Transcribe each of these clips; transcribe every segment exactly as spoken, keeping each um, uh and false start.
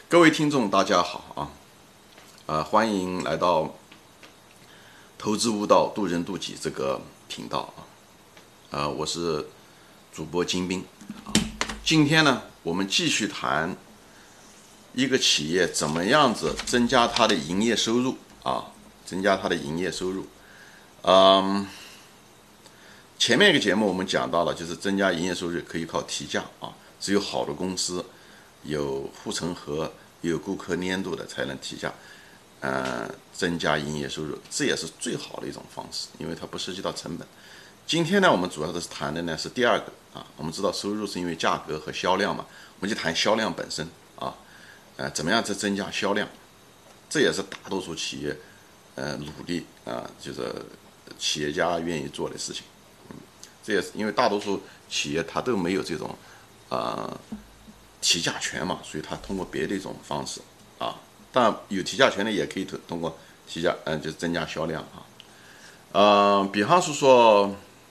各位听众，大家好啊！呃，欢迎来到投资悟道，渡人渡己这个频道啊。呃，我是主播金兵啊。今天呢，我们继续谈一个企业怎么样子增加它的营业收入啊，增加它的营业收入。嗯，前面一个节目我们讲到了，就是增加营业收入可以靠提价啊，只有好的公司有护城河、有顾客粘度的才能提价，呃，增加营业收入，这也是最好的一种方式，因为它不涉及到成本。今天呢，我们主要的是谈的呢是第二个啊，我们知道收入是因为价格和销量嘛，我们就谈销量本身啊，呃，怎么样去增加销量，这也是大多数企业呃努力啊，就是企业家愿意做的事情。嗯，这也是因为大多数企业它都没有这种啊。呃提价权嘛，所以他通过别的一种方式啊，当然有提价权的也可以通通过提价，嗯、呃，就是增加销量啊，呃，比方是说，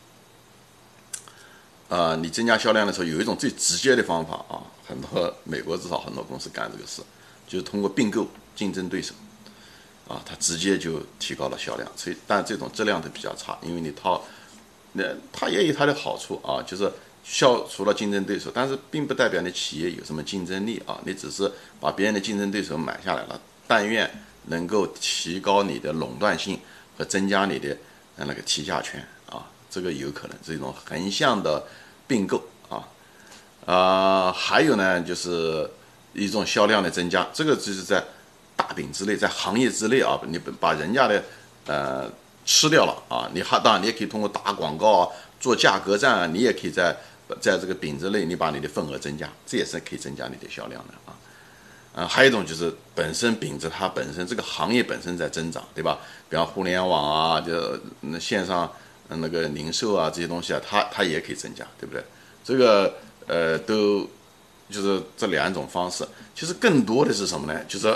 呃，你增加销量的时候，有一种最直接的方法啊，很多美国至少很多公司干这个事，就是通过并购竞争对手啊，它直接就提高了销量，所以但这种质量都比较差，因为你套，那它也有它的好处啊，就是消除了竞争对手，但是并不代表你企业有什么竞争力啊，你只是把别人的竞争对手买下来了，但愿能够提高你的垄断性和增加你的那个提价权啊，这个有可能是一种横向的并购啊，呃，还有呢就是一种销量的增加，这个就是在大饼之内，在行业之内啊，你把人家的呃吃掉了啊，你还当然你也可以通过打广告啊，做价格战啊，你也可以在在这个饼之内，你把你的份额增加，这也是可以增加你的销量的啊。呃，还有一种就是本身饼子它本身这个行业本身在增长，对吧？比方互联网啊，就线上那个零售啊这些东西啊，它它也可以增加，对不对？这个呃都就是这两种方式。其实更多的是什么呢？就是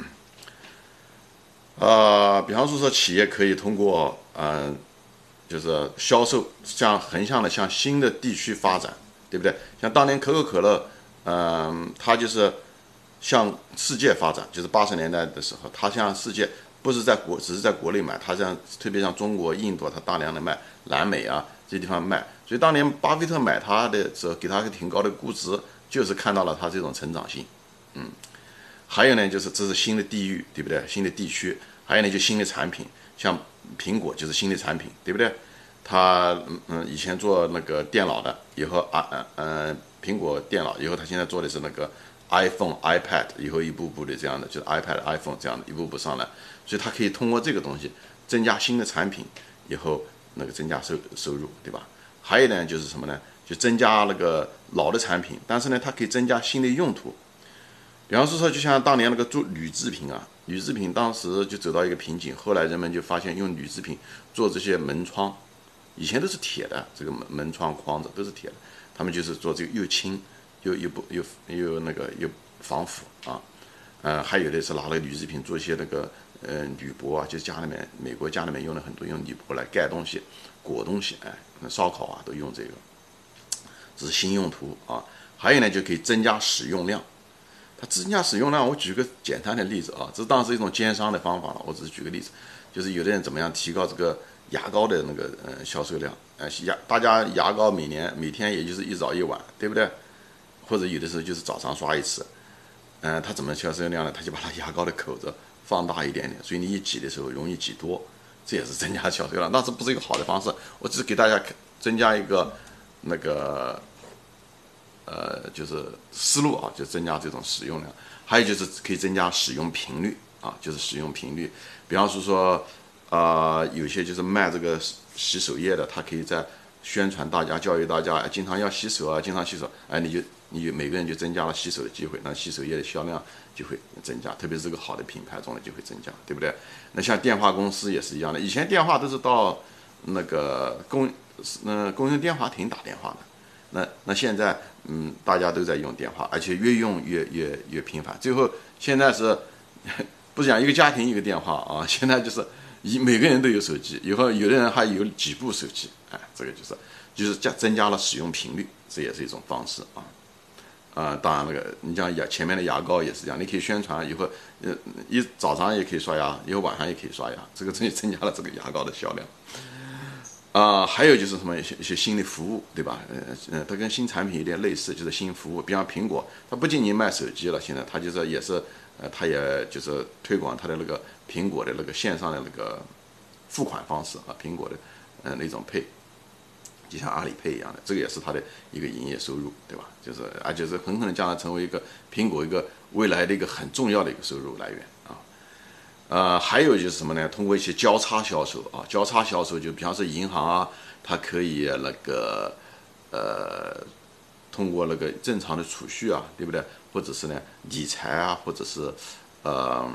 呃，比方说说企业可以通过呃。就是销售向横向的向新的地区发展，对不对？像当年可口可乐，嗯、呃，它就是向世界发展，就是八十年代的时候，它向世界不是在国，只是在国内买，它像特别像中国、印度，它大量的卖，南美啊这些地方卖。所以当年巴菲特买它的时候，给它一个挺高的估值，就是看到了它这种成长性。嗯，还有呢，就是这是新的地域，对不对？新的地区，还有呢，就新的产品。像苹果就是新的产品，对不对？它嗯以前做那个电脑的，以后啊嗯、呃、苹果电脑以后，它现在做的是那个 iPhone、iPad， 以后一步步的这样的，就是 iPad、iPhone 这样的一步步上来，所以它可以通过这个东西增加新的产品，以后那个增加收收入，对吧？还有呢，就是什么呢？就增加那个老的产品，但是呢，它可以增加新的用途。比方说，就像当年那个做铝制品啊，铝制品当时就走到一个瓶颈，后来人们就发现用铝制品做这些门窗，以前都是铁的，这个门门窗框子都是铁的，他们就是做这个又轻又又不又又那个又防腐啊，呃，还有的是拿了铝制品做一些那个呃铝箔啊，就是家里面美国家里面用了很多用铝箔来盖东西、裹东西，哎，那烧烤啊都用这个，这是新用途啊。还有呢，就可以增加使用量。它增加使用量，我举个简单的例子啊，这当然是一种奸商的方法了。我只是举个例子，就是有的人怎么样提高这个牙膏的那个呃销售量，呃牙大家牙膏每年每天也就是一早一晚，对不对？或者有的时候就是早上刷一次，嗯、呃，它怎么销售量呢？它就把它牙膏的口子放大一点点，所以你一挤的时候容易挤多，这也是增加销售量。那这不是一个好的方式，我只是给大家增加一个那个。呃，就是思路啊，就增加这种使用量，还有就是可以增加使用频率啊，就是使用频率。比方说说，啊、呃，有些就是卖这个洗手液的，他可以在宣传大家、教育大家，经常要洗手啊，经常洗手，哎，你就你就每个人就增加了洗手的机会，那洗手液的销量就会增加，特别是这个好的品牌中的就会增加，对不对？那像电话公司也是一样的，以前电话都是到那个公呃公用电话亭打电话的。那那现在，嗯，大家都在用电话，而且越用越越越频繁。最后现在是，不是讲一个家庭一个电话啊，现在就是一每个人都有手机，以后有的人还有几部手机，哎，这个就是就是加增加了使用频率，这也是一种方式啊。 啊、呃，当然那个你像牙前面的牙膏也是这样，你可以宣传以后，呃，一早上也可以刷牙，以后晚上也可以刷牙，这个这增加了这个牙膏的销量。啊、呃，还有就是什么一些一些新的服务，对吧？呃呃，它跟新产品有点类似，就是新服务。比方苹果，它不仅仅卖手机了，现在它就是也是呃，它也就是推广它的那个苹果的那个线上的那个付款方式啊，苹果的呃那种配。就像阿里 Pay 一样的，这个也是它的一个营业收入，对吧？就是而且是很可能将来成为一个苹果一个未来的一个很重要的一个收入来源啊。呃，还有就是什么呢？通过一些交叉销售啊，交叉销售就比方说银行啊，它可以那个呃，通过那个正常的储蓄啊，对不对？或者是呢理财啊，或者是呃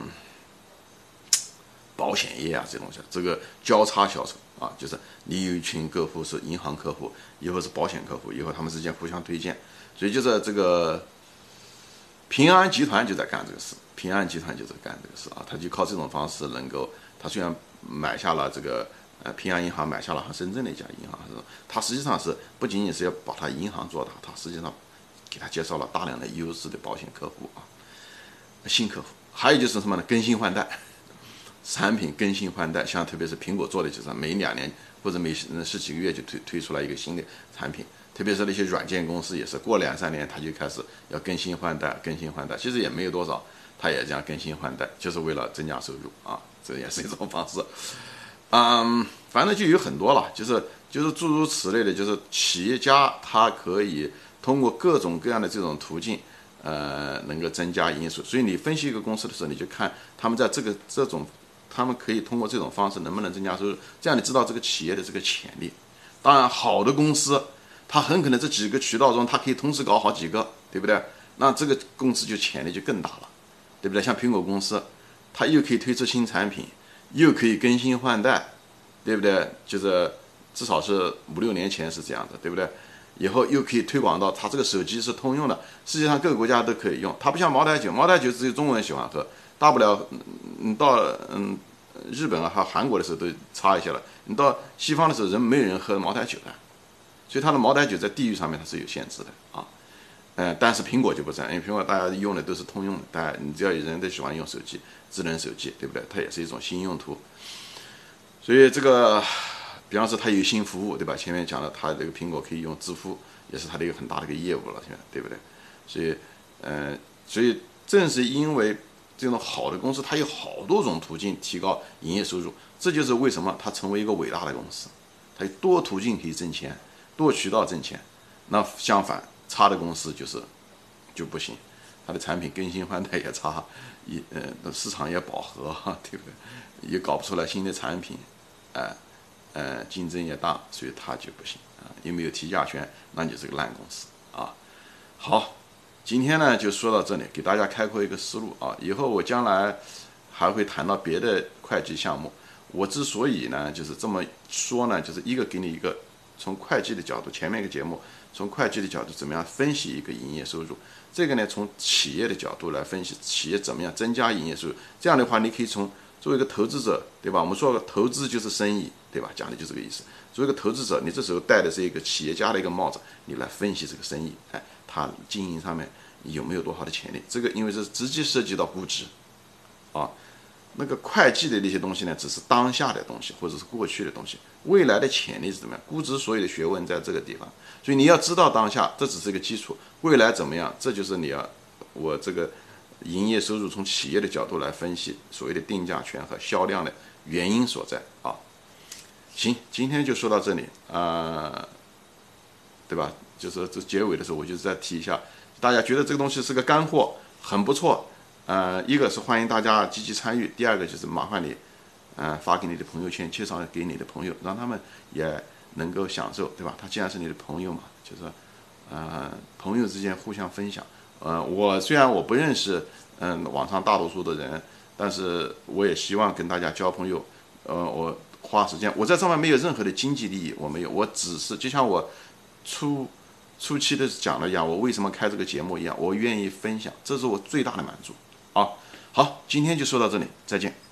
保险业啊这种东西，这个交叉销售啊，就是你有一群客户是银行客户，以后是保险客户，以后他们之间互相推荐，所以就是这个平安集团就在干这个事，平安集团就在干这个事啊，他就靠这种方式能够，他虽然买下了这个呃平安银行，买下了深圳的一家银行，他实际上是不仅仅是要把他银行做大，他实际上给他介绍了大量的优质的保险客户啊，新客户，还有就是什么呢？更新换代。产品更新换代，像特别是苹果做的就是每两年或者每十几个月就推推出来一个新的产品，特别是那些软件公司也是过两三年他就开始要更新换代，更新换代，其实也没有多少，他也这样更新换代，就是为了增加收入啊，这也是一种方式。嗯，反正就有很多了，就是就是诸如此类的，就是企业家他可以通过各种各样的这种途径。呃，能够增加营收，所以你分析一个公司的时候，你就看他们在这个这种，他们可以通过这种方式能不能增加收入，这样你知道这个企业的这个潜力。当然，好的公司，它很可能这几个渠道中，它可以同时搞好几个，对不对？那这个公司就潜力就更大了，对不对？像苹果公司，它又可以推出新产品，又可以更新换代，对不对？就是至少是五六年前是这样的，对不对？以后又可以推广到它这个手机是通用的，世界上各个国家都可以用。它不像茅台酒，茅台酒只有中国人喜欢喝，大不了你到嗯日本啊还有韩国的时候都差一些了，你到西方的时候人没有人喝茅台酒的，所以它的茅台酒在地域上面它是有限制的啊。呃，但是苹果就不这样，因为苹果大家用的都是通用的，大家你只要有人都喜欢用手机，智能手机，对不对？它也是一种新用途，所以这个。比方说，它有新服务，对吧？前面讲了，它这个苹果可以用支付，也是它的一个很大的一个业务了，现在对不对？所以，呃，所以正是因为这种好的公司，它有好多种途径提高营业收入，这就是为什么它成为一个伟大的公司，它有多途径可以挣钱，多渠道挣钱。那相反，差的公司就是就不行，它的产品更新换代也差，也呃市场也饱和，对不对？也搞不出来新的产品，哎、呃。呃，竞争也大，所以它就不行啊，又没有提价权，那就是个烂公司啊。好，今天呢就说到这里，给大家开阔一个思路啊。以后我将来还会谈到别的会计项目。我之所以呢就是这么说呢，就是一个给你一个从会计的角度，前面一个节目从会计的角度怎么样分析一个营业收入，这个呢从企业的角度来分析企业怎么样增加营业收入。这样的话，你可以从作为一个投资者，对吧？我们说投资就是生意，对吧？讲的就这个意思。作为一个投资者，你这时候戴的是一个企业家的一个帽子，你来分析这个生意，哎，它经营上面有没有多好的潜力？这个因为这直接涉及到估值，啊，那个会计的那些东西呢，只是当下的东西或者是过去的东西，未来的潜力是怎么样？估值所有的学问在这个地方，所以你要知道当下，这只是一个基础，未来怎么样？这就是你要我这个。营业收入从企业的角度来分析所谓的定价权和销量的原因所在啊。行，今天就说到这里啊、呃，对吧？就是这结尾的时候，我就再提一下，大家觉得这个东西是个干货，很不错。呃，一个是欢迎大家积极参与，第二个就是麻烦你，呃，发给你的朋友圈，介绍给你的朋友，让他们也能够享受，对吧？他既然是你的朋友嘛，就是呃，朋友之间互相分享。呃，我虽然我不认识，嗯、呃，网上大多数的人，但是我也希望跟大家交朋友。呃，我花时间，我在上面没有任何的经济利益，我没有，我只是就像我初初期的讲的一样，我为什么开这个节目一样，我愿意分享，这是我最大的满足。啊，好，今天就说到这里，再见。